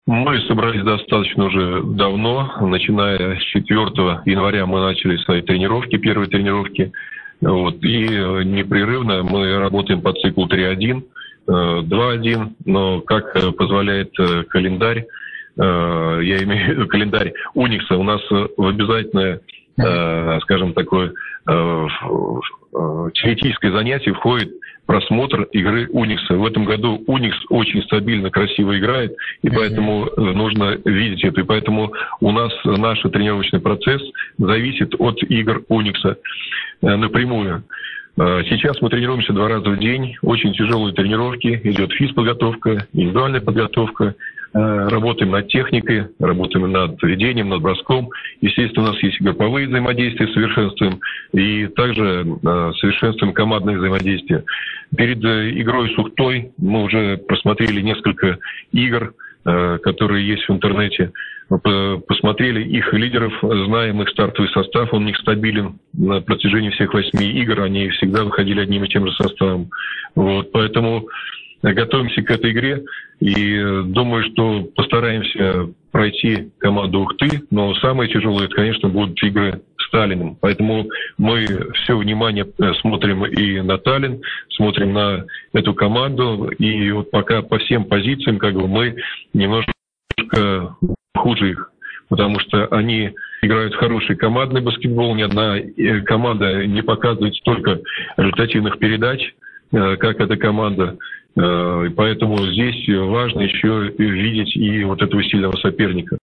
Мы собрались достаточно уже давно. Начиная с 4 января мы начали свои тренировки, первые тренировки. Вот, и непрерывно мы работаем по циклу 3-1, 2-1, но как позволяет календарь, я имею в виду календарь Уникса, у нас в обязательное, скажем, такое теоретическое занятие входит просмотр игры Уникса. В этом году Уникс очень стабильно, красиво играет, и поэтому нужно видеть это. И поэтому у нас наш тренировочный процесс зависит от игр Уникса напрямую. Сейчас мы тренируемся 2 раза в день, очень тяжелые тренировки, идет физподготовка, индивидуальная подготовка, работаем над техникой, работаем над ведением, над броском. Естественно, у нас есть групповые взаимодействия, совершенствуем, и также совершенствуем командное взаимодействие. Перед игрой с Ухтой мы уже просмотрели несколько игр, которые есть в интернете. Посмотрели их лидеров, знаем их стартовый состав, он у них стабилен на протяжении всех 8 игр, они всегда выходили одним и тем же составом. Вот, поэтому готовимся к этой игре и думаю, что постараемся пройти команду Ухты, но самое тяжелое, это, конечно, будут игры с Таллином. Поэтому мы все внимание смотрим и на Таллин, смотрим на эту команду, и вот пока по всем позициям мы немножко хуже их, потому что они играют в хороший командный баскетбол, ни одна команда не показывает столько результативных передач, как эта команда. Поэтому здесь важно еще видеть и вот этого сильного соперника.